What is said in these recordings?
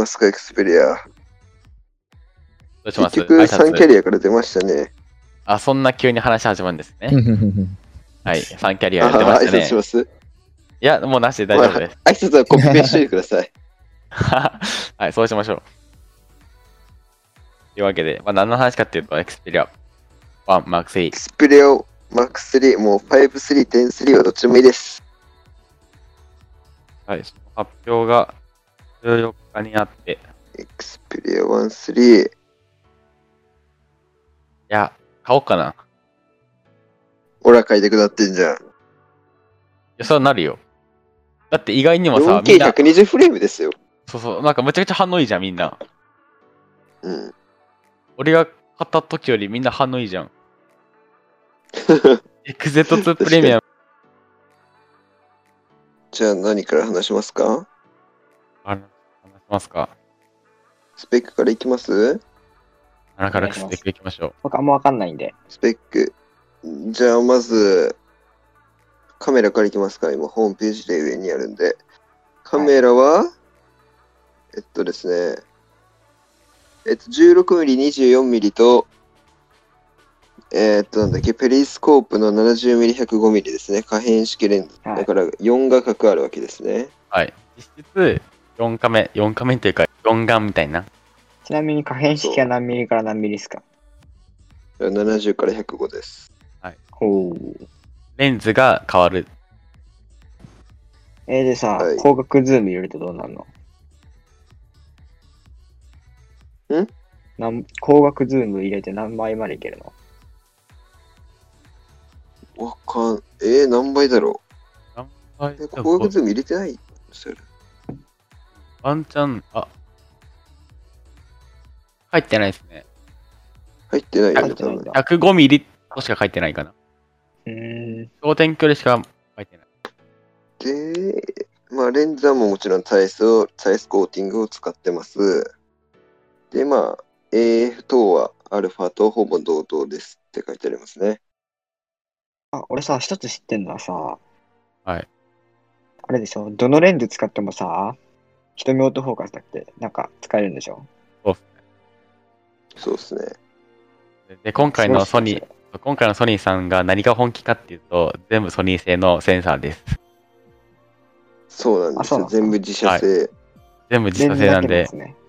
ますか、エクスペリア。 どうします結局3キャリアから出ましたね。 あ、そんな急に話始まるんですね。はい、3キャリアあ出ました挨拶しね。 ますいや、もうなしで大丈夫です。 挨拶はコピペしといてください。 はい、そうしましょう。というわけで、何の話かっていうと、エクスペリア1、マーク3 エク。スペリアマックス3、もう5、3、10、3はどっちでもいいです。 はい、その発表が14日にあって、 エクスペリア1、3。 いや、買おうかな。 オラ書いてくなってんじゃん。 いや、そうなるよ。だって意外にもさ、みんな、 4K120 フレームですよ。 そうそう、なんかむちゃくちゃ反応いいじゃん、みんな。 うん。 俺が買った時よりみんな反応いいじゃん。XZ2 プレミアム。 じゃあ何から話しますか？ 話しますか。 スペックからいきます？ 7からスペックいきましょう。 僕あんまわかんないんで。 スペック。じゃあまず、カメラからいきますか？今ホームページで上にあるんで。カメラは、ですね、16mm、24mm と、なんだっけ、ペリスコープの 70mm、105mm ですね。可変式レンズ。 はいだから4画角あるわけですね。 はい。実質、4カメっていうか、4眼みたいな。 ちなみに可変式は何ミリから何ミリですか？ 70から105です。 ほう。 レンズが変わる。 でさ、 はい光学ズーム入れるとどうなるの？光学ズーム入れて何倍までいけるの？ 何倍だろ何倍う？光学ズーム入れてないそれ。 ワンチャン、入ってないですね。 入ってないよね、多分。 入ってないんだ。 105ミリとしか書いてないかな。焦点距離しか書いてない。 で、まあ、レンズはもちろんサイスコーティングを使ってます。で、まあ、AF 等はアルファとほぼ同等ですって書いてありますね。 あ、俺さ、一つ知ってんのはさ、 はい。 あれでしょ、どのレンズ使ってもさ、瞳オートフォーカスだっけなんか使えるんでしょ？ そうですね。 で、今回のソニーさんが何が本気かっていうと、全部ソニー製のセンサーです。 そうなんですよ。 そうなんですか全部自社製。 全部自社製なんでレンズだけです、ね。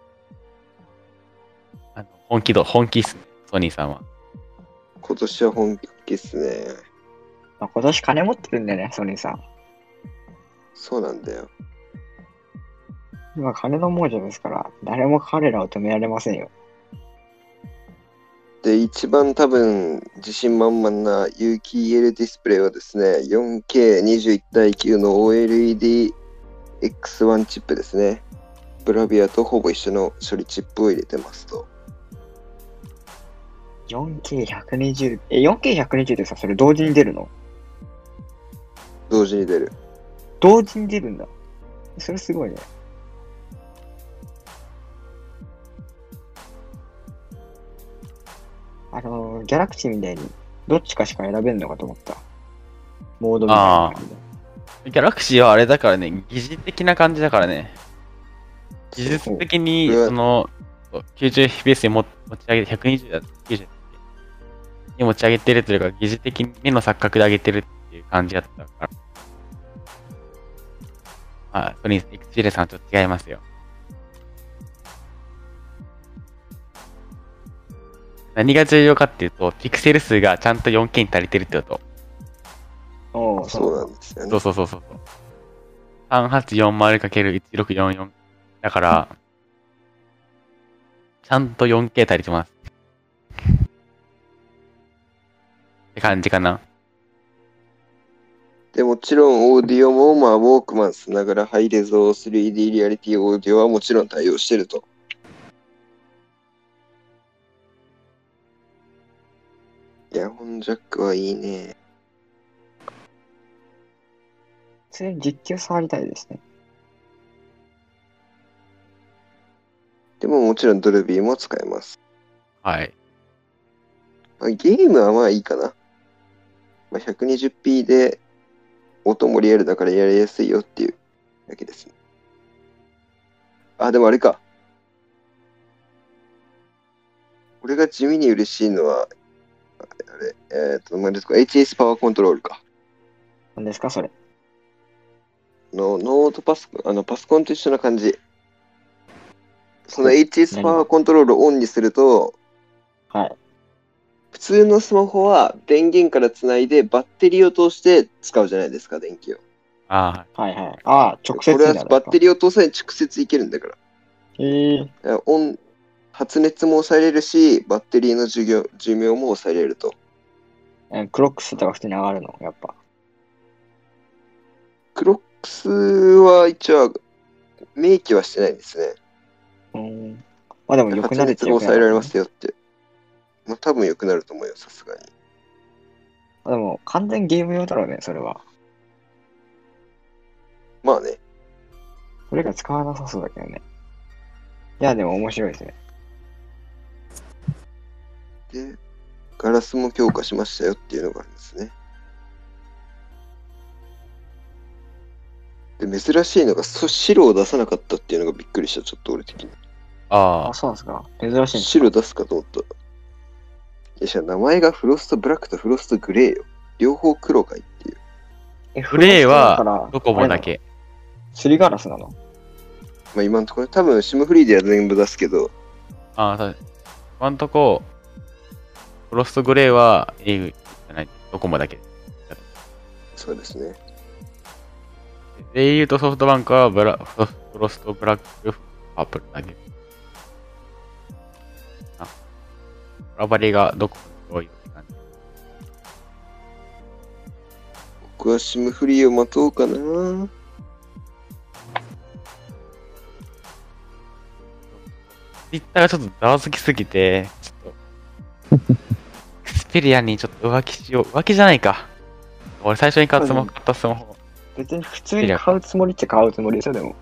本気っすね、ソニーさんは。 今年は本気っすね。 まあ、今年金持ってるんだよね、ソニーさん。 そうなんだよ。 今金の亡者ですから、誰も彼らを止められませんよ。 で、一番多分自信満々な有機 EL ディスプレイはですね、4K21 対9の OLED X1 チップですね。ブラビアとほぼ一緒の処理チップを入れてますと。 4K120、4K120 ってさ、それ同時に出るの？ 同時に出る。 同時に出るんだ。それすごいね。ギャラクシーみたいにどっちかしか選べるのかと思った。モードみたいな感じで。 ギャラクシーはあれだからね、疑似的な感じだからね。技術的に、 そうその、90fps に持ち上げて、120だ、90だっけに持ち上げてるというか、疑似的に目の錯覚で上げてるっていう感じだったから。まあ、ソニー、エクスペリアさんはちょっと違いますよ。何が重要かっていうと、ピクセル数がちゃんと 4K に足りてるってこと。 おー、 そうなんですよね。 そう。3840×1644 だから、ちゃんと 4K 足りてます。って感じかな。 でもちろんオーディオも、まあ、ウォークマンしながらハイレゾ 3D リアリティオーディオはもちろん対応してると。イヤホンジャックはいいね。 それ実況触りたいですね。 でももちろんドルビーも使えます。 はい。 まあ、ゲームはまあいいかな。まあ、120p で音もリアルだからやりやすいよっていうだけですね。 あ、でもあれか。俺が地味に嬉しいのは、あれ、何ですか、HS パワーコントロールか。 何ですか、それ。 ノートパソコン、パソコンと一緒な感じ。そのほう HS パワーコントロールをオンにすると、 はい。 普通のスマホは電源からつないでバッテリーを通して使うじゃないですか、電気を。 ああ、 はいはい。ああ、直接これはになるバッテリーを通さない直接いけるんだから。 へえ。 発熱も抑えれるし、バッテリーの寿命も抑えれると。 クロックスとか普通に上がるの、やっぱ。 クロックスは一応明記はしてないんですね。 まあでも良く発なるっちゃ良くなる、 熱が抑えられますよって。まあ多分良くなると思うよ、さすがに。 でも完全ゲーム用だろうね、それは。 まあね。 それが使わなさそうだけどね。いや、でも面白いですね。 で、ガラスも強化しましたよっていうのがありますね。で、珍しいのが、白を出さなかったっていうのがびっくりした、ちょっと俺的に。 ああ、そうなんですか。珍しいんですか。 白出すかと思った。いや、名前がフロストブラックとフロストグレーよ。両方黒かいっていう。 グレーはドコモだけ。 すりガラスなの。 まあ今のところ、多分シムフリーでは全部出すけど、 ああ、今んとこ、フロストグレーは au じゃない、ドコモだけ。 そうですね。 au とソフトバンクはフロストブラックパープルだけ。ラバリがドコモに多いって感じ。 僕はシムフリーを待とうかな。 ツイッターがちょっとざわつきすぎて、ちょっと、エクスペリアにちょっと浮気しよう。浮気じゃないか。俺最初に買ったスマホ。 別に普通に買うつもりっちゃ買うつもりですよ、でも。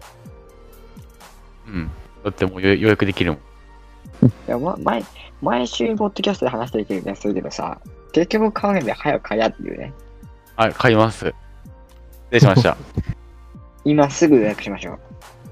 うん。だってもう予約できるもん。 いや、毎週ポッドキャストで話してるけどね、そういうけどさ、結局買うんで早く買やっていうね。 はい、買います。失礼しました。 今すぐ予約しましょう。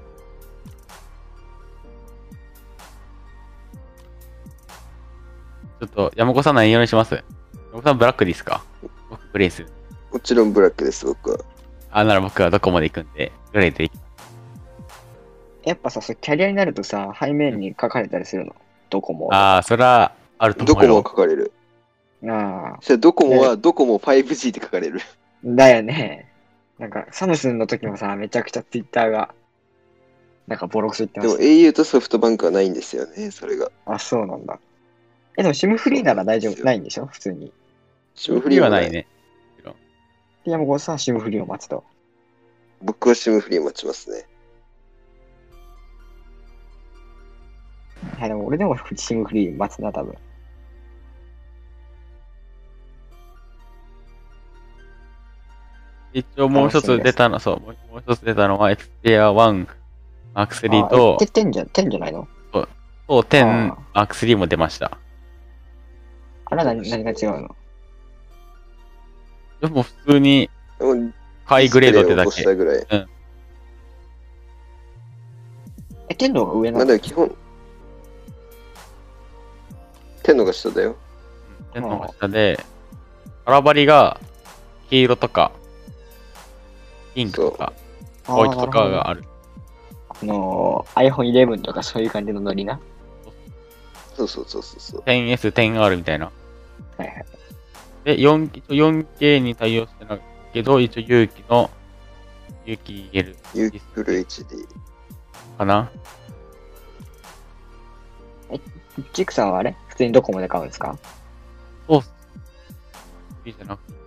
ちょっと、山子さん何色にします？山子さんブラックでいいですか？僕グレーする。 もちろんブラックです、僕は。 あ、なら僕はどこまで行くんで、グレーで行きます。 やっぱさ、それキャリアになるとさ、背面に書かれたりするの。ドコモ。 ああ、それはあるとドコモは思うよ。 書かれる。 ああ。 それドコモはドコモ 5G って書かれる。 だよね。なんか、サムスンの時もさ、めちゃくちゃツイッターが、なんかボロクソ言ってまでもした。 au とソフトバンクはないんですよね、それが。 あ、そうなんだ。でも、シムフリーなら大丈夫、 そうないんでしょ普通に。 シムフリーはない。 ね。 で、山子さんはシムフリーを待つと。 僕はシムフリー待ちますね。 いや、でも俺でもシムフリー待つな、多分。 一応もう一つ出たの、そう、もう一つ出たのは Xperia 1 Mark 3と、 10じゃないのと10 Mark 3も出ました。 あれは何が違うのでも普通にでもハイグレードってだけ。 したぐらい。 10の方が上なまあのでも基本、天のが下だよ。 10の方が下で、カラバリが黄色とか、ピンクとか、ホワイトとかがある。 iPhone 11とかそういう感じのノリな。 そう。 10S、10R みたいな。 はいはい。 で、4K に対応してないけど、一応有機EL ユーフル HD。 かな。 ジクさんはあれ普通にドコモで買うんですかそうっす。いいじゃなくて、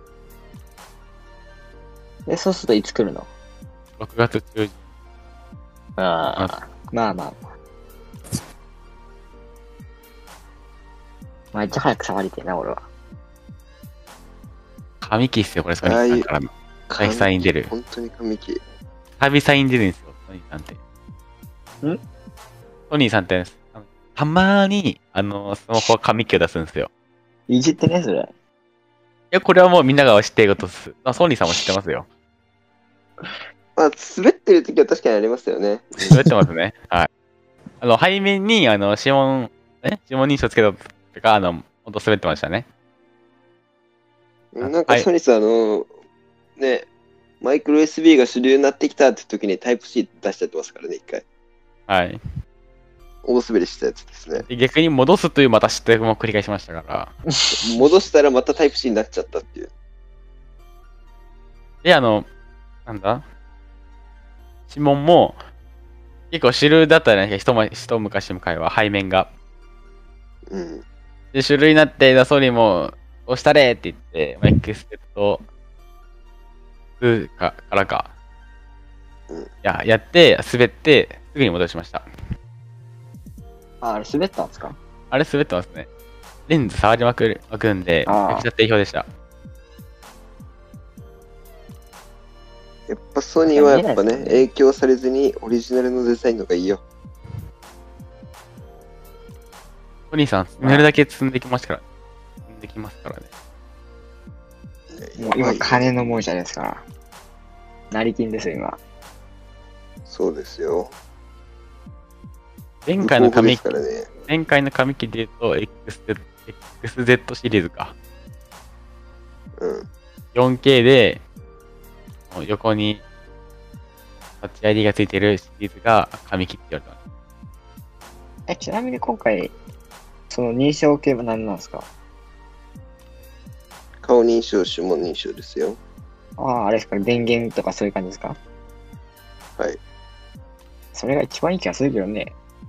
で、そうするといつ来るの 6月中旬。 まあ。まあ、いち早く触りてえな、俺は。 神木っすよ、これ、ソニーさんからの。久々に出る。 本当に神木。 久々に出るんですよ、ソニーさんって。ソニーさんって、たまーに、スマホは神木を出すんですよ。 いじってね、それ。 いや、これはもうみんなが知っていることです。ソニーさんも知ってますよ。 まあ、滑ってる時は確かにありますよね。 滑ってますね。はい。背面に、指紋認証つけたとか、ほんと滑ってましたね。 なんはいかソニスね、マイクロ USB が主流になってきたって時にタイプ C 出しちゃってますからね、一回。 はい。 大滑りしたやつですね。 で逆に戻すというまた失敗も繰り返しましたから。 戻したらまたタイプ C になっちゃったっていう。 で、なんだ指紋も、結構主流だったね、一昔前は背面が。 うん。 で、主流になって、ソニーも、押したれって言って、エクステッド2からか。 うんやって、滑って、すぐに戻しました。 あれ滑ったんですか？ あれ滑ってますね。レンズ触りまくんで、めちあーゃくちゃ定評でした。 やっぱソニーはやっぱね、 見えないですよね影響されずにオリジナルのデザインの方がいいよ。 ソニーさん、塗るだけ積んできますからね。 もう今金の亡者ですから。成金ですよ、今。 そうですよ。 前回の紙無効ですからね。 前回の紙機で言うと、XZ シリーズか。 うん。 4K で、横に、タッチ ID がついてるシリーズが紙機って言われてます。 ちなみに今回、その認証系は何なんですか？ 顔認証、指紋認証ですよ。 ああ、あれですか、電源とかそういう感じですか？ はい。 それが一番いい気がするけどね。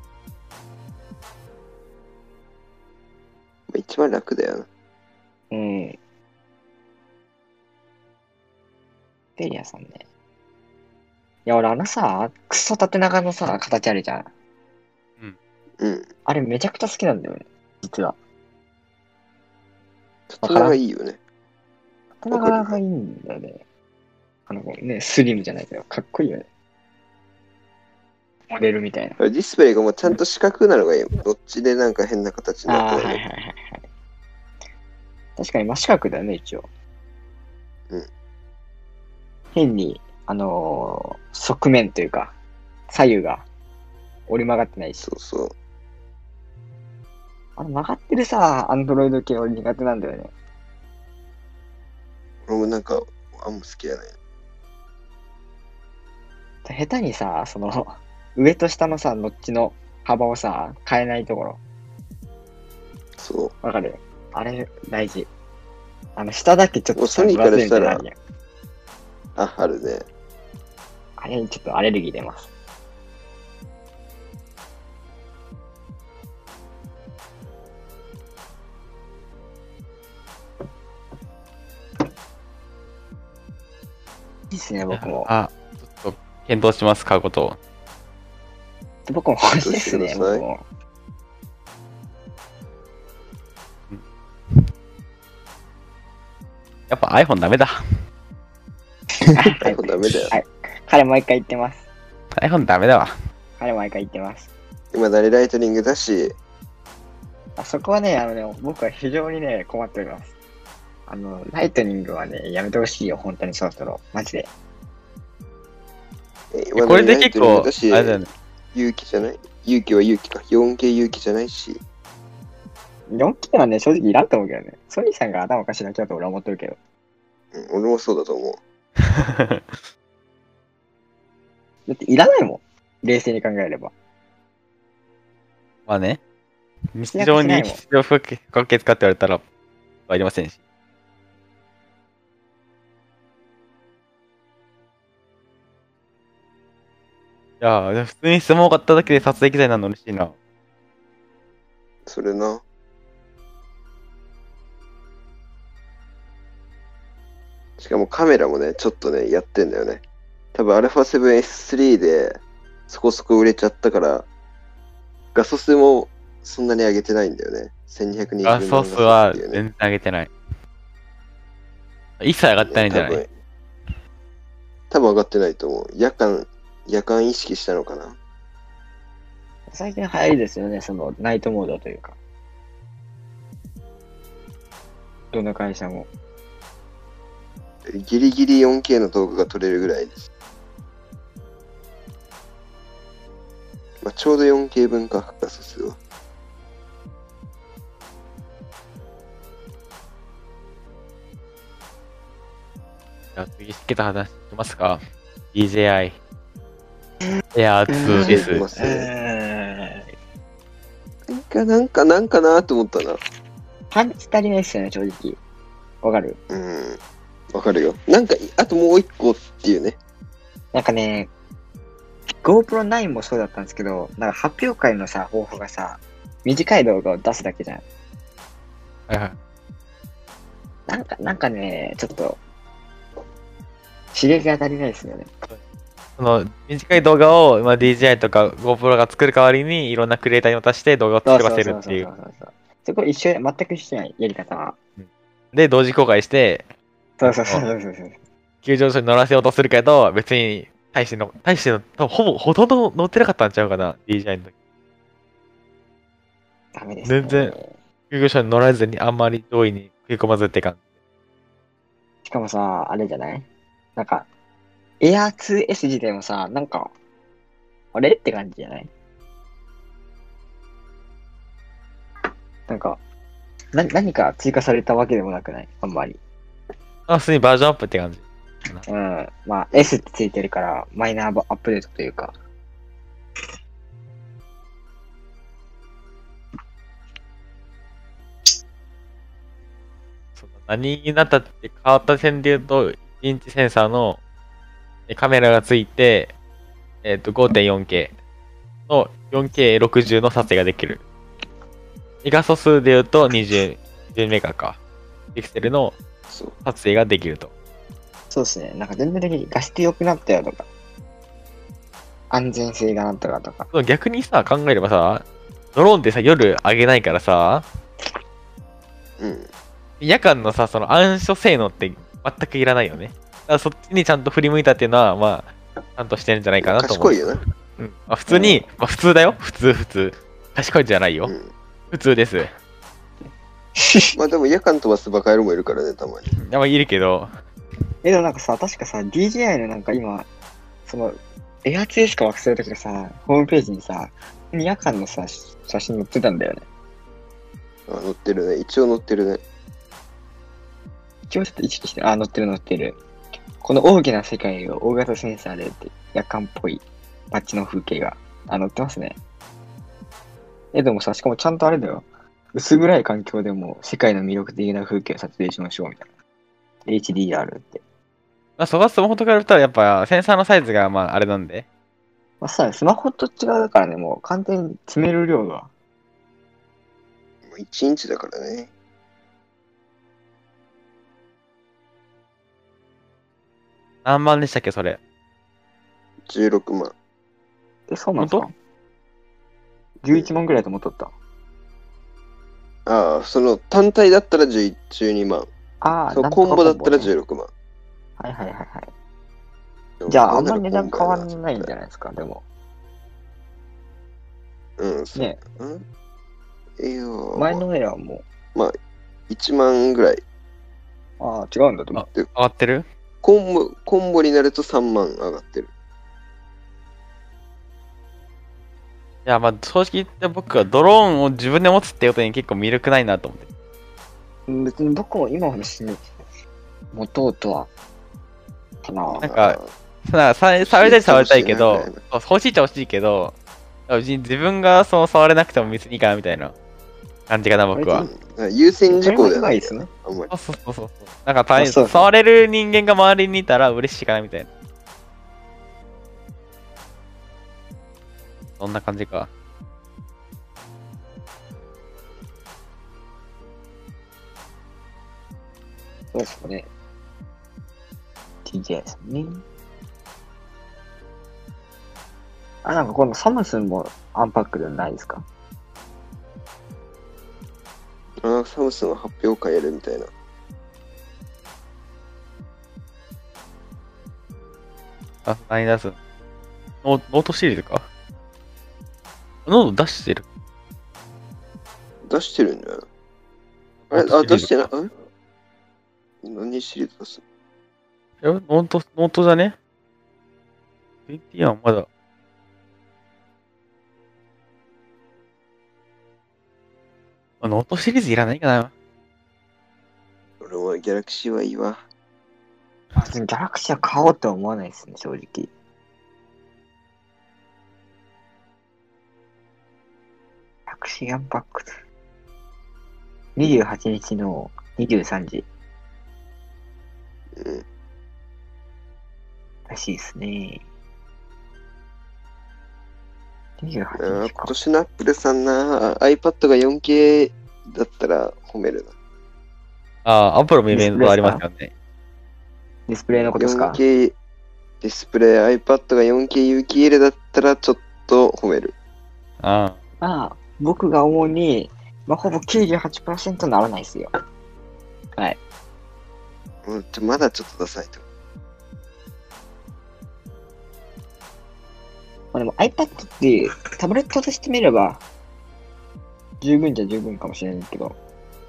一番楽だよな。 うん。ペリアさんね。いや、俺クソ縦長の形あるじゃん。 うん。 あれめちゃくちゃ好きなんだよね。実は。 縦長いいよね。 縦長がいいんだよね。スリムじゃないけど、かっこいいよね。モデルみたいな。 ディスプレイがもうちゃんと四角なのがいいよ。どっちでなんか変な形になああ、 ってないね。 はいはいはいはい。確かに真四角だよね、一応。 うん。 変に、側面というか、左右が折り曲がってないし。 そうそう。 曲がってるアンドロイド系俺苦手なんだよね。 俺もなんか、あんま好きやない。 下手に上と下のノッチの幅を変えないところ。 そう。 わかる？あれ、大事。下だけちょっとソニーからしたら分厚いみたいなのあるやんあるね。 あれにちょっとアレルギー出ます。いいっすね、僕も。 ちょっと検討します、買うことを。 僕も欲しいっすね、 どうしてください僕も。 やっぱ iPhone ダメだ。 iPhone ダメだよ。 はい彼毎回言ってます。 iPhone ダメだわ。 彼毎回言ってます。 今だにライトニングだし、 そこはね、僕は非常にね、困っております。ライトニングはね、やめてほしいよ、本当にそろそろ。マジで。 今これで結構、 だし、 あれだよね。 勇気じゃない勇気は勇気か。4K 勇気じゃないし。 4K はね、正直いらんと思うけどね。ソニーさんが頭おかしいだけだと俺は思ってるけど。 うん、俺もそうだと思う。 だっていらないもん。冷静に考えれば。 まあね。日常に必要不可欠かって言われたら、ありませんし。いやー、普通にスマホ買っただけで撮影機材なの嬉しいな。 それな。しかもカメラもね、ちょっとね、やってんだよね。多分 α7S3 でそこそこ売れちゃったから、画素数もそんなに上げてないんだよね。1220 画素数はっていう全然上げてない。一切上がってないんじゃない？ 多分上がってないと思う。夜間意識したのかな。 最近流行りですよね、ナイトモードというか。どの会社も。 ギリギリ 4K の動画が撮れるぐらいです。 ちょうど 4K 分か、画素数は。 じゃあ次、好きな話しますか？ DJI。Air2S。 ますなんかなと思ったな。 パンチ足りないっすよね、正直。わかる？ わかるよ。なんか、あともう一個っていうね。 なんかね、GoPro 9もそうだったんですけど、なんか発表会のさ、方法がさ、短い動画を出すだけじゃん。 はいはい。 なんかね、ちょっと、刺激が足りないですよね。 その短い動画を、まあ、DJI とか GoPro が作る代わりにいろんなクリエイターに渡して動画を作らせるっていう。 そう。そこ一緒で、全く一緒じゃない、やり方は。 で、同時公開して、 そう。 急上昇に乗らせようとするけど、別に大しての、ほとんど乗ってなかったんちゃうかな、DJI の時。 ダメですね。 全然、急上昇に乗らずにあんまり上位に食い込まずって感しかもさ、あれじゃない？なんか、Air 2S 自体もさ、なんか、あれって感じじゃない？なんか、何か追加されたわけでもなくない？あんまり。 じ。普通にバージョンアップって感じ。 まあ、S ってついてるから、マイナーアップデートというか。 何になったって変わった点で言うと、1インチセンサーのカメラがついて、5.4K の 4K60 の撮影ができる。画素数で言うと20メガか。ピクセルの撮影ができると。 そうですね。なんか全体的に画質良くなったよとか、安全性がなったかとか。 逆にさ、考えればさ、ドローンってさ、夜上げないからさ、夜間のさ、その暗所性能って全くいらないよね。だからそっちにちゃんと振り向いたっていうのは、まあ、ちゃんとしてるんじゃないかなと思う。 賢いよな。 普通に、まあ普通だよ。普通。賢いんじゃないよ。普通です。 まあでも夜間飛ばすバカ野郎もいるからね、たまに。 まあいるけど。 でもなんかさ、確かさ、DJI のなんか今、その、エア2しか惑星の時がさ、ホームページにさ、夜間のさ、写真載ってたんだよね。 載ってるね。一応載ってるね。 一応ちょっと意識して、載ってる。この大きな世界を大型センサーでって夜間っぽい街の風景が、載ってますね。でもさ、しかもちゃんとあれだよ。薄暗い環境でも世界の魅力的な風景を撮影しましょうみたいな。HDR って。 まあ、そこはスマホと比べたらやっぱセンサーのサイズがまああれなんで。 まあさ、スマホと違うからね、もう完全に詰める量が。 1インチだからね。 何万でしたっけ、それ。 16万。 そうなんですか？ 11 万ぐらいと思っとった。 ああ、その単体だったら12万。そのコンボだったら16万。 はい。じゃあ、あんまり値段変わらないんじゃないですか、でも。ね。前のエラーも。 まあ、1万ぐらい。 ああ、違うんだと思って。 上がってる？ コンボになると3万上がってる。 いや、まあ正直言って僕はドローンを自分で持つってことに結構魅力ないなと思って。 別に僕も今の話に持とうとは、 なんか、触りたいけど、欲しいっちゃ欲しいけど、自分が触れなくても別にいいかなみたいな感じかな、僕は。 優先事項ではないですね。 そう。なんか触れる人間が周りにいたら嬉しいかなみたいな。そんな感じか。 そうですね。TJ ですね。なんかこのサムスンもアンパックではないですか？ サムスンは発表会やるみたいな。 何出す？ノートシリーズか？ノート出してる？ 出してるんだよ。出してない？何シリーズ出す？ ノートじゃね？ ?21 はまだ。 ノートシリーズいらないかな。 俺はギャラクシーはいいわ。 別にギャラクシーは買おうとは思わないですね、正直。ギャラクシーアンパックス。28日の23時うん。 らしいですね。28 今日か。 年のアップルさんな、iPad が 4K だったら褒めるな。 アポロもイベントありますよね。 ディスプレイのことですか？ 4K ディスプレイ、iPad が 4K 有機 L だったらちょっと褒める。 あまあ、僕が思うに、ほぼ 98% ならないですよ。はい。 まだちょっとダサいと。 でも iPad ってタブレットとして見れば、十分じゃ十分かもしれないけど、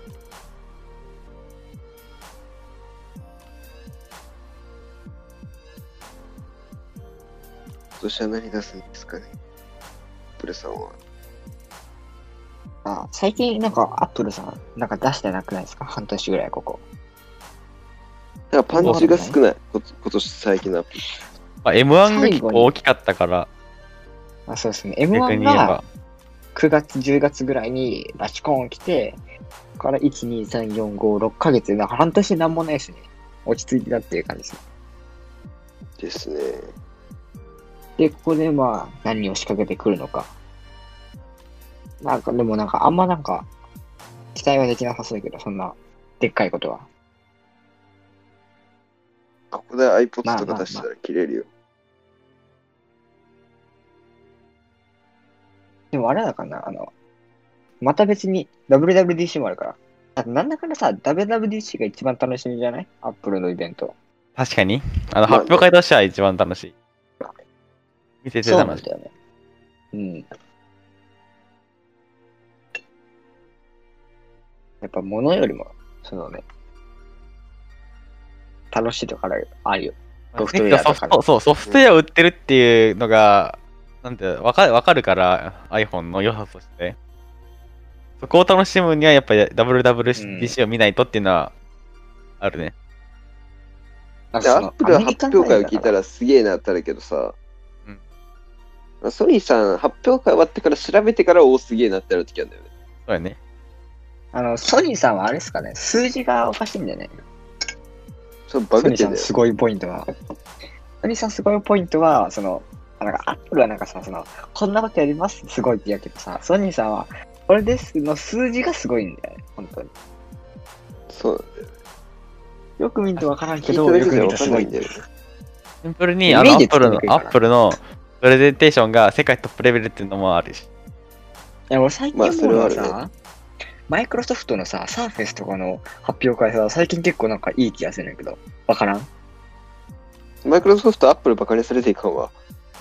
今年は何出すんですかね、アップルさんは。 最近なんか Apple さん、なんか出してなくないですか？半年ぐらいここ。 だからパンチが少ない。今年最近のアップル。 M1 が結構大きかったから、 そうですね。 逆 M1 に言えばが。9月、10月ぐらいにバチコーン来て、から1、2、3、4、5、6ヶ月、なんか半年なんもないですね。落ち着いてたっていう感じです。 ですね。 で、ここで何を仕掛けてくるのか。でもあんま期待はできなさそうだけど、そんな、でっかいことは。 ここで iPod とか出したら切れるよ。 でもあれだからな、また別に WWDC もあるから。あとなんだかんださ、WWDC が一番楽しみじゃない？ Apple のイベント。 確かに。発表会としては一番楽しい。見ててそうな楽しい。 んだよね。うん。やっぱ物よりも、楽しいところあるよ。ソフトウェアとか。 ソフトウェアを売ってるっていうのが、なんて、わかるから、iPhone の良さとして。そこを楽しむには、やっぱり WWDC を見ないとっていうのは、あるね。 アップルは発表会を聞いたらすげえなってあるけどさ、ソニーさん、発表会終わってから調べてからすげえなってある時あるんだよね。 そうやね。 ソニーさんはあれですかね、数字がおかしいんだよね。 バグってんだよ。 ソニーさんすごいポイントは、アップルはこんなことやりますすごいって言うけどさ、ソニーさんは、これですの数字がすごいんだよね、本当に。 そうなんだよね。 よく見るとわからんけど、よく見るとすごいんだよね。 シンプルに、アップルのプレゼンテーションが世界トップレベルっていうのもあるし。 いや、俺最近思うのはさ、マイクロソフトのさ、サーフェスとかの発表会さ、最近結構いい気がするんだけど、わからん？ マイクロソフト、アップルバカにされていかんわ。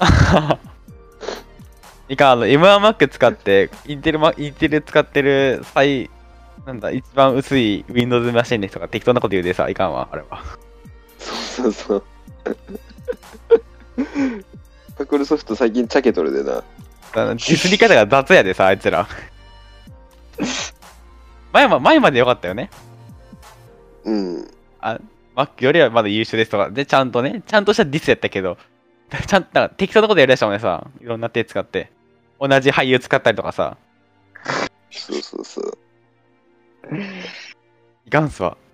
M1Mac 使って、インテル使ってる一番薄い Windows マシンですとか適当なこと言うでさ、いかんわ、あれは。 そう。マイクロソフト最近チャケ取るでな。 ディスり方が雑やでさ、あいつら。前まで良かったよね。 うん。 Mac よりはまだ優秀ですとか。で、ちゃんとしたディスやったけど、ちゃんと適当なことやりだしたもんねさ、いろんな手使って。同じ俳優使ったりとかさ。 そう。 いかんすわ。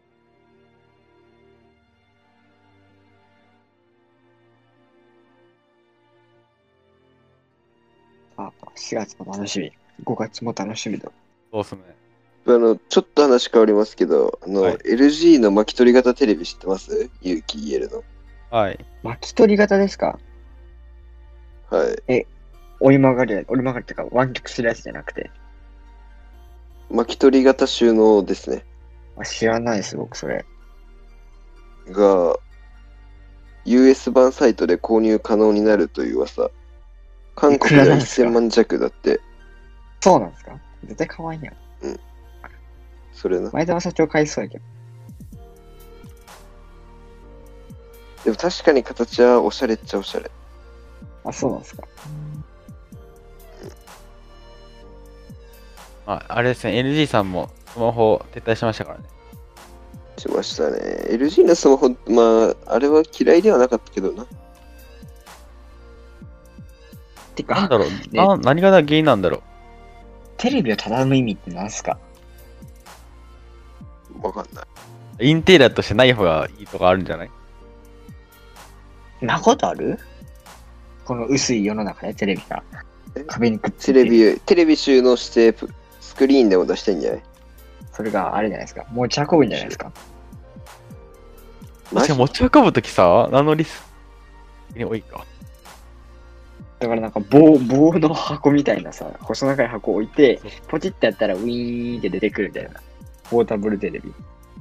4月も楽しみ。5月も楽しみだ。 そうっすね。 ちょっと話変わりますけど、 はい、 LG の巻き取り型テレビ知ってます？有機 EL の。 はい。 巻き取り型ですか？ はい。 折り曲がりっていうか、湾曲するやつじゃなくて。 巻き取り型収納ですね。 知らないです、僕、それ。 が、US 版サイトで購入可能になるという噂。韓国では1000万弱だって。 そうなんですか？絶対可愛いやん。 うん。それな。 前澤社長買いそうやけど。 でも確かに形はおしゃれっちゃおしゃれ。 そうなんですか。 まあ、あれですね、LG さんもスマホ撤退しましたからね。 しましたね。LG のスマホ、まあ、あれは嫌いではなかったけどな。 てか、 なんだろう、 ね何が原因なんだろテレビを畳む意味って何すか？ わかんない。 う。インテリアとしてない方がいいとかあるんじゃない？ なことある？この薄い世の中でテレビが壁にくっつテいて。 テレビ収納してスクリーンでも出してんじゃない？ それがあれじゃないですか。持ち運ぶんじゃないですか。 マジ確かに持ち運ぶときさ、何のリスクに多いか。 だからなんか棒の箱みたいなさ、細長い箱置いてそう、 ポチってやったらウィーンって出てくるみたいな。ポータブルテレビ。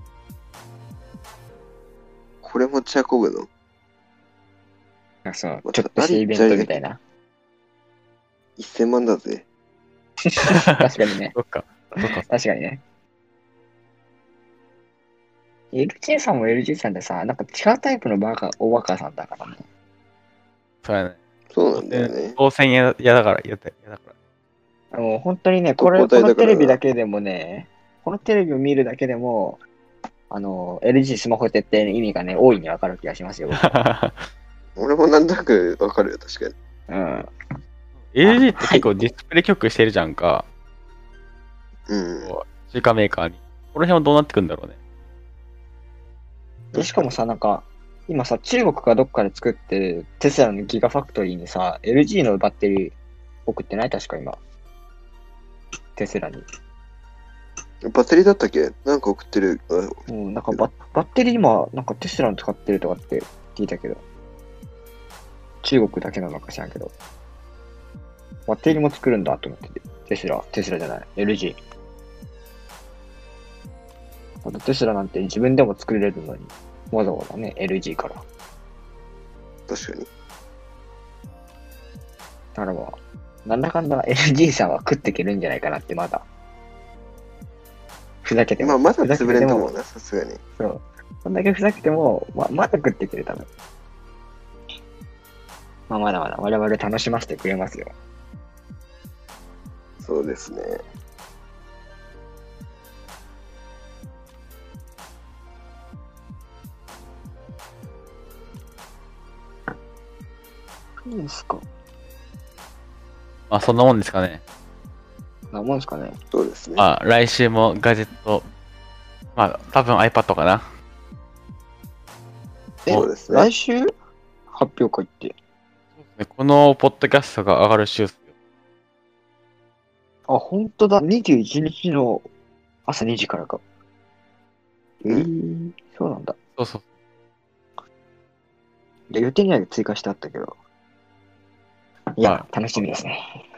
これ持ち運ぶのなんかそのま、 ちょっとしたイベントみたいな。 1000万だぜ。 確かにね。 そっか。そっか。 確かにね。LG さんも LG さんでさ、なんか違うタイプのおバカさんだからね。 そうやね。 そうなんだよね。 当選嫌だから、嫌だから。 もう本当にね、 特攻このテ隊だからなレビだけでもね、このテレビを見るだけでも、LG スマホ徹底の意味がね、大いにわかる気がしますよ。 俺もなんとなくわかるよ、確かに。 うん。 LG って結構ディスプレイ局してるじゃんか。 うん。 中華メーカーに。この辺はどうなってくんだろうね。 で、しかもさ、なんか、今さ、中国かどっかで作ってるテスラのギガファクトリーにさ、LG のバッテリー送ってない？確か今。テスラに。 バッテリーだったっけ？なんか送ってる。 なんかバッテリー今、なんかテスラの使ってるとかって聞いたけど。中国だけなのか知らんけど。バッテリーも作るんだと思ってて。テスラじゃない。LG。あとテスラなんて自分でも作れるのに、わざわざね、LG から。 確かに。 ならば、なんだかんだ LG さんは食っていけるんじゃないかなってまだ。ふざけても。 まあ、まだふざけ潰れんとも思うな、さすがに。 そう。こんだけふざけても、まだ食っていける、多分。まあ、まだまだ我々楽しませてくれますよ。 そうですね。 いいですか？ まあそんなもんですかね。 なもんですかね。 そうですね。 まあ来週もガジェット、まあ多分 iPad かな。 そうですね。 来週発表会って。 このポッドキャストが上がる週っすよ。 あ、ほんとだ。21日の朝2時からか。そうなんだ。 そうそう。 いや予定には追加してあったけど。いや、 は楽しみですね。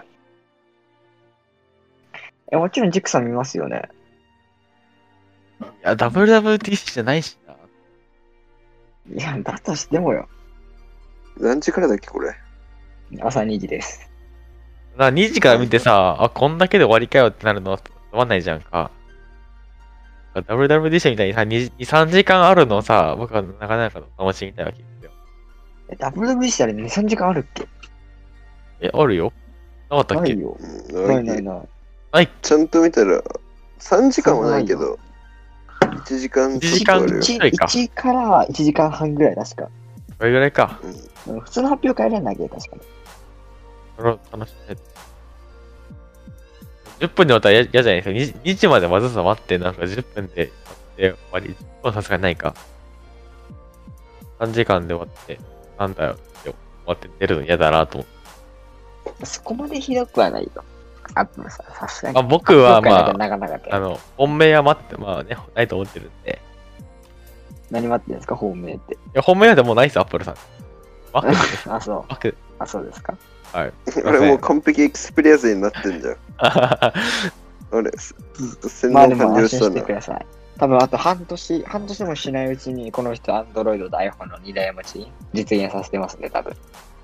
もちろんジクさん見ますよね。 いや、WWDC じゃないしな。 いや、だとしてもよ。 何時からだっけ、これ。 朝2時です。 だから2時から見てさ、あ、こんだけで終わりかよってなるのはつまんないじゃんか。WWDC みたいにさ、2、3時間あるのをさ、僕はなかなか楽しみたいわけですよ。 WBC あれ2、3時間あるっけ？ あるよ。なかったっけ？ ないよ。 うんないないない。 ない。 ちゃんと見たら、3時間はないけど、1時間 1時間ちょっとあるよ。 1から1時間半ぐらい確か。 これぐらいか。 普通の発表会やらないけど確かに。 それを楽しみたい。10分で終わったら嫌じゃないですか。2時までわざわざ待って、なんか10分で終わり。10分はさすがにないか。3時間で終わって、なんだよって終わって出るの嫌だなと思って。 そこまでひどくはないよ。あ、さすがに。 僕はま発表会だけなかなかで本命は待って、まあね、ないと思ってるんで。 何待ってんですか、本命って。 いや、本命はでもないです、アップルさん。マックです。 あ、そう。 マック。 あ、そうですか。 はい。 俺もう完璧エクスペリア勢になってんじゃん。あれ、ずっと洗まあ脳完了しでも安心たな。 してください。多分あと半年もしないうちにこの人 Android と iPhone の2台持ち実現させてますね、多分。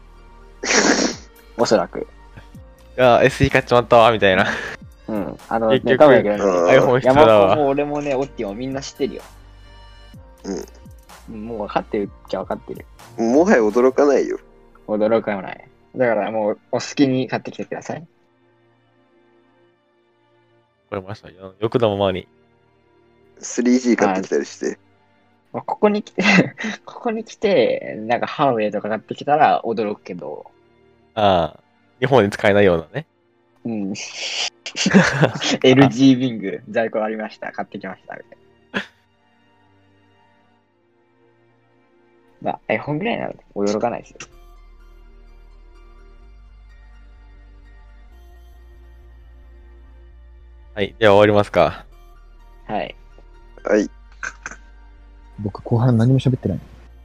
おそらく。 いや、SE 買っちまったわ、みたいな。 うん。 結局多分やけどね、 うん iPhone 必要だわ。 山子も俺もね、オッティもみんな知ってるよ。もう分かってるっちゃ分かってる。 もはや驚かないよ。 驚かもない。だからもうお好きに買ってきてください。 かりました。欲のままに。 3G 買ってきたりして。 まあここに来て、ここに来て、なんかハーウェイとか買ってきたら驚くけど、 ああ、日本で使えないようなね。 うん。LG ビング、在庫ありました。買ってきました。みたいな。まあ、iPhone ぐらいなので驚かないですよ。 はい、では終わりますか。 はい。 はい。 僕、後半何も喋ってない。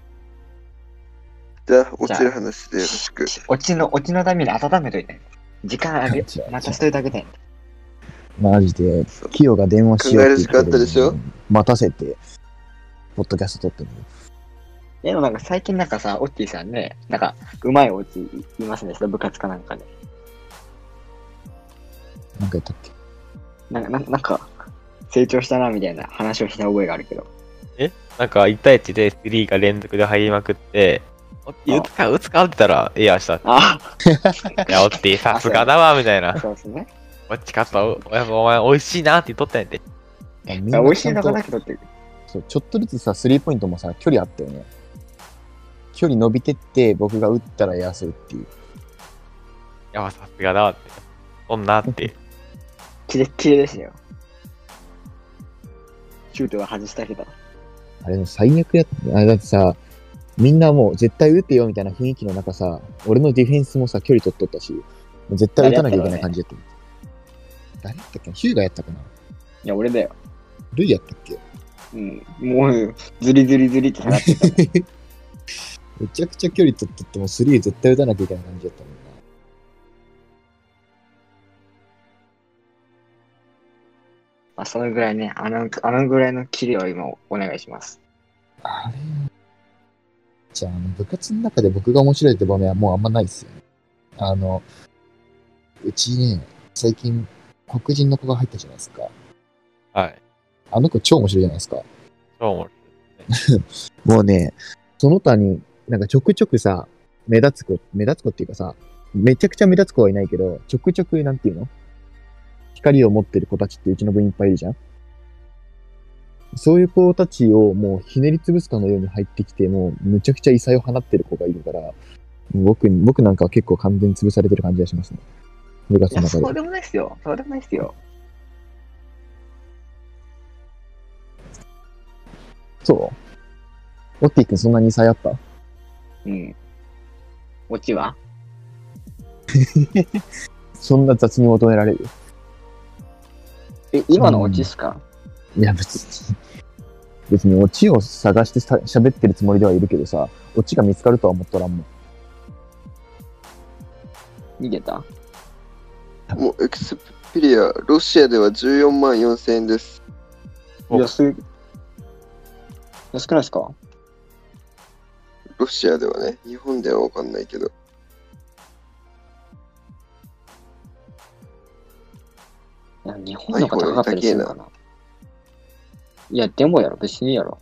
じゃあ、落ちる話でよろしく。 オチのために温めといて。時間あげ、待たせといてあげて。 マジで、キヨが電話しようって言って考える時間あったでしょ？ 待たせて、ポッドキャスト撮ってるの。 でもなんか最近なんかさ、オッティさんね、なんか、うまいオチ言いますね。それ部活かなんかで。 なんか言ったっけ？ なんか、成長したなみたいな話をした覚えがあるけど。 なんか1対1で3が連続で入りまくって、打つかって言ったら、エアーしたって。 あいや、おってさすがだわ、みたいな。 そうですね。 こっち勝ったやっぱお前美味しいなって言っとったんやって。 みんな美味しいのかちゃんとなけどっていう。 そう、ちょっとずつさ、スリーポイントもさ、距離あったよね。距離伸びてって、僕が打ったらエアするっていう。 いや、さすがだわって。そんなって。 キレッキレですよ。シュートは外したけど。 あれの最悪やった。あれだってさ、みんなもう絶対打てよみたいな雰囲気の中さ、俺のディフェンスもさ、距離取っとったし、もう絶対打たなきゃいけない感じやった。誰やったっけ？ヒューガやったかな？ いや、俺だよ。 ルイやったっけ？ うん。もう、ズリズリズリってなってたもん。 めちゃくちゃ距離取っとってもスリー絶対打たなきゃいけない感じやったもんな。 まあ、そのぐらいね、あのぐらいのキレを今お願いします。 あれじゃあ、部活の中で僕が面白いって場面はもうあんまないっすよね。うちね、最近黒人の子が入ったじゃないですか。 はい。 あの子超面白いじゃないですか。 超面もうね、その他になんかちょくちょくさ、目立つ子っていうかさ、めちゃくちゃ目立つ子はいないけど、ちょくちょくなんていうの？光を持ってる子たちってうちの部員いっぱいいるじゃん。そういう子たちをもうひねり潰すかのように入ってきて、もうむちゃくちゃ異彩を放ってる子がいるから、僕なんかは結構完全に潰されてる感じがしますね。部活いや、 の中で。 そうでもないっすよ。そうでもないっすよ。 そうオッティ君そんなに異彩あった？ うん。オチはそんな雑に求められる？ 今のオチっすか？ いや別にオチを探して喋ってるつもりではいるけどさ、オチが見つかるとは思っとらんもん。 逃げた？ もうエクスペリア、ロシアでは14万4000円です。 安くないっすか？ ロシアではね、日本ではわかんないけど。 いや、日本の方が高かったりするのかな。いや、でもやろ、別にいいやろ。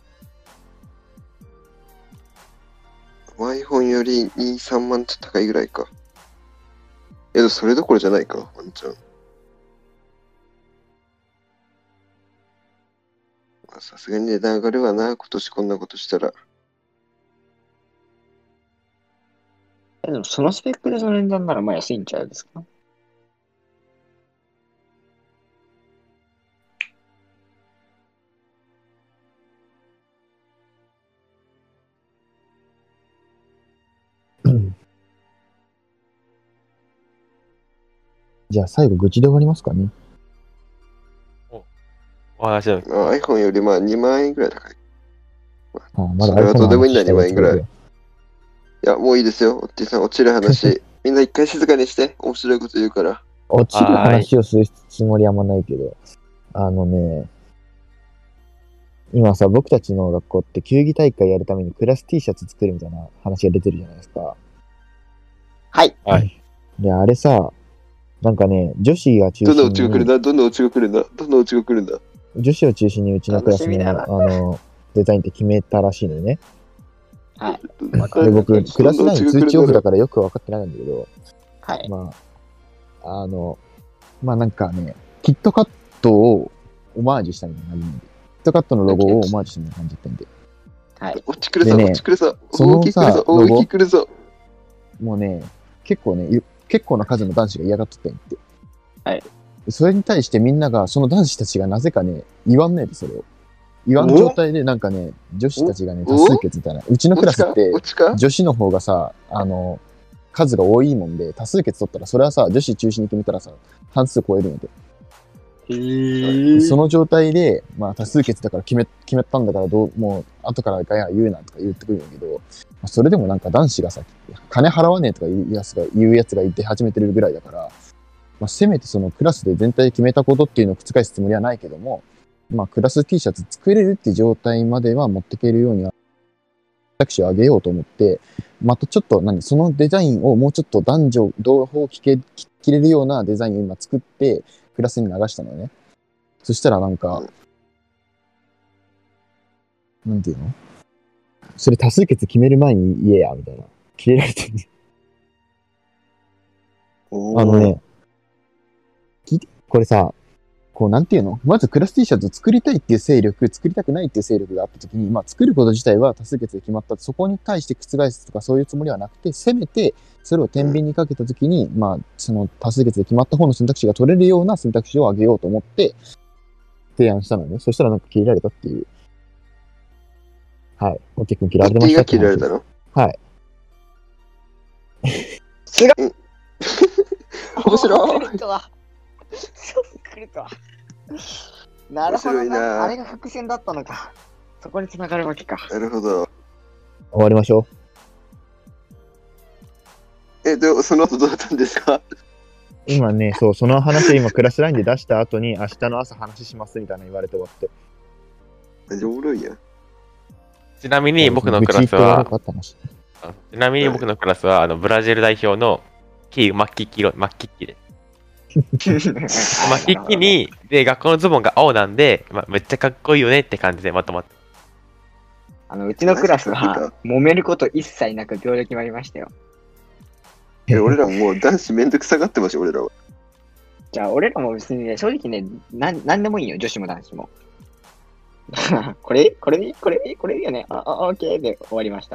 iPhone より2、3万ちょっと高いぐらいか。それどころじゃないか、ワンちゃん。さすがに値段上がるわな、今年こんなことしたら。 でもそのスペックでその値段ならまあ安いんちゃうですか？ じゃあ最後愚痴で終わりますかね。 お話だ。 iPhone よりまあ2万円ぐらい高い。 まだそれは iPhone どうでもいいんだ、2 の話した万円ぐらい。 やいや、もういいですよ。おっさん、落ちる話。みんな一回静かにして。面白いこと言うから。 落ちる話をするつもりはあんまないけど、今さ、僕たちの学校って球技大会やるためにクラス T シャツ作るみたいな話が出てるじゃないですか。 はい。 はい。 で、あれさ、なんかね、女子が中どんな心に、 オチが来るんだどんなオチが来るんだどんなオチが来るんだ女子を中心にうちのクラス楽しみだなの、デザインって決めたらしいのよね。 はい。 で、僕、クラス内通知オフだからよく分かってないんだけど、 はい。 まあなんかね、キットカットをオマージュしたみたいな感じなんで。キットカットのロゴをオマージュしたみたいな感じだったんで。 はい。 落ちくるぞ、 でね落ちくるぞ。 その大きくるぞ、 さロゴ大きくるぞ。 もうね、結構な数の男子が嫌がっとったんやって。 はい。 それに対してみんなが、その男子たちがなぜかね、言わんねえで、それを。言わん状態でなんかね、女子たちがね、多数決みたいな。うちのクラスって、 落ちか女子の方がさ、数が多いもんで、多数決取ったら、それはさ、女子中心に決めたらさ、半数超えるんやで。その状態で、まあ多数決だから決めたんだからもう後からガヤ言うなとか言ってくるんやけど、それでもなんか男子がさ、金払わねえとか言うやつがいて始めてるぐらいだから、まあ、せめてそのクラスで全体で決めたことっていうのを覆すつもりはないけども、まあクラス T シャツ作れるって状態までは持っていけるようには、選択肢を上げようと思って、またちょっとそのデザインをもうちょっと男女同方着れるようなデザインを今作って、クラスに流したのね。そしたらなんか、なんていうの？それ多数決決める前に言えや、みたいな。切れられてる。ね、聞いて、これさ、こうなんていうの？まずクラス T シャツ作りたいっていう勢力、作りたくないっていう勢力があったときに、まあ作ること自体は多数決で決まった。そこに対して覆すとかそういうつもりはなくて、せめてそれを天秤にかけたときに、まあその多数決で決まった方の選択肢が取れるような選択肢を上げようと思って提案したのね。そしたらなんか切れられたっていう。はい。オッケー君切られてましたって切られたの？ はい。 すごい面白い。 来るとは。来るとは。なるほど面白いなあれが伏線だったのか。そこに繋がるわけか。 なるほど。 終わりましょで、その後どうだったんですか？ う。今ね、そう、その話を今クラスラインで出した後に明日の朝話しますみたいな言われて終わって。 めっちゃおもろいやん。 ちなみに僕のクラスは、ブラジル代表のマッキッキで。マッキッキに、で、学校のズボンが青なんで、まあ、めっちゃかっこいいよねって感じでまとまって。 うちのクラスは、揉めること一切なく秒で決まりましたよ。 俺らもう男子めんどくさがってました、俺らは。 じゃあ、俺らも別にね、正直ね、なんでもいいよ、女子も男子も。これいいよね。オッケーで終わりました。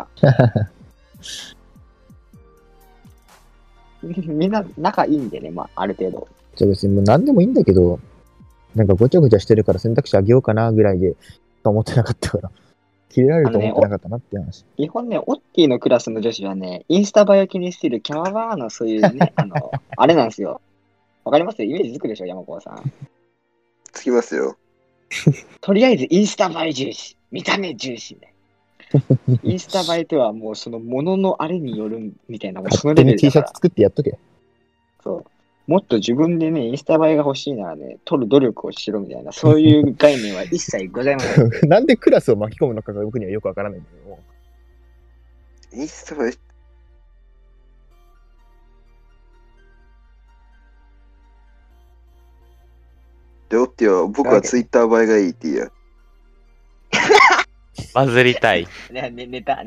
みんな仲いいんでね、まあ、ある程度。 じゃあ別にもう何でもいいんだけど、なんかごちゃごちゃしてるから選択肢あげようかなぐらいで、思ってなかったから、切れられると思ってなかったなって話。 基本ね、オッティのクラスの女子はね、インスタ映えを気にしてるキャワバーのそういうね、あれなんですよ。わかりますイメージつくでしょ、山子さん。 つきますよ。 とりあえずインスタ映え重視。見た目重視ね。インスタ映えとはもうそのもののあれによるみたいな、もうそのレベルだから。 T シャツ作ってやっとけ。 そう。もっと自分でね、インスタ映えが欲しいならね、取る努力をしろみたいな、そういう概念は一切ございません。 なんでクラスを巻き込むのかが僕にはよくわからないんだけど。 インスタ映え。で、おってよ、僕はツイッター映えがいいって言うやん。 バズりたい。 ネタ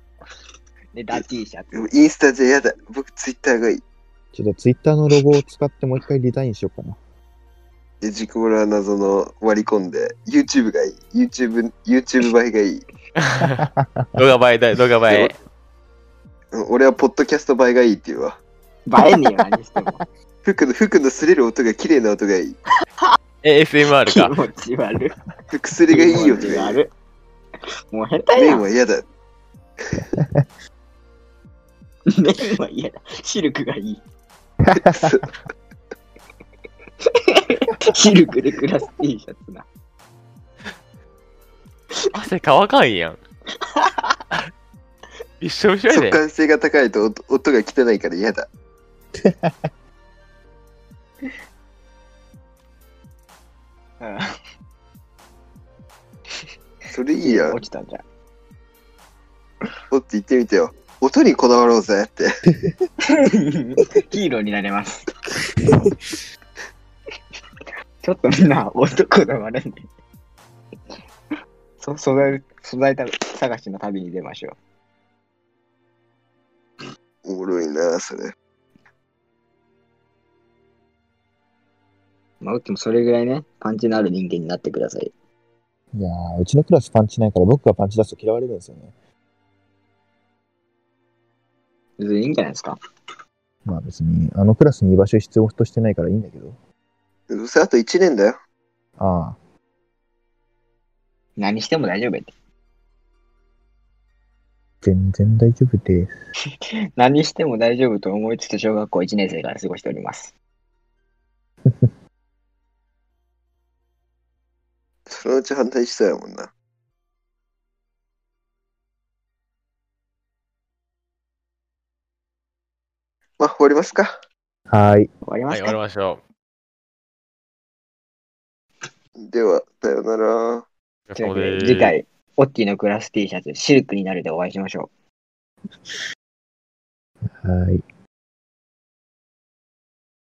T シャツ。 でもインスタじゃやだ。僕ツイッターがいい。 ちょっとツイッターのロゴを使ってもう一回デザインしようかな。 で、ジクモラ謎の割り込んで、YouTube がいい。YouTube 映えがいい。 動画映え。 俺はポッドキャスト映えがいいって言うわ。 映えねえよ、何しても。 服の擦れる音が綺麗な音がいい。 ASMR 気か。 持ち悪い。 薬がいい音がいい。 気持ち悪い。もう下手やん。 麺は嫌だ。 麺は嫌だ。シルクがいい。シルクでクラス T シャツな。 汗乾かんやん。一緒や速で。 乾性が高いと音が汚いから嫌だ。それいいやん。 落ちたんじゃん。 おって言ってみてよ。音にこだわろうぜって。 ヒーローになれます。ちょっとみんな音こだわるんで。素材探しの旅に出ましょおもろいな、それ。 まあ、打ってもそれぐらいね、パンチのある人間になってください。 いやー、うちのクラスパンチないから僕がパンチ出すと嫌われるんですよね。 別にいいんじゃないですか。 まあ別に、あのクラスに居場所必要としてないからいいんだけど。 どうせあと1年だよ。 ああ、 何しても大丈夫やって。 全然大丈夫です。 何しても大丈夫と思いつつ小学校1年生から過ごしております。 そのうち反対しそうやもんな。まあ、終わりますか。 はーい。 終わりまはい、 すか。 終わりましょでは、さようなら。 う。お疲というわけで、 れ様です次回、オッティのクラス T シャツ、シルクになるでお会いしましょう。 はーい。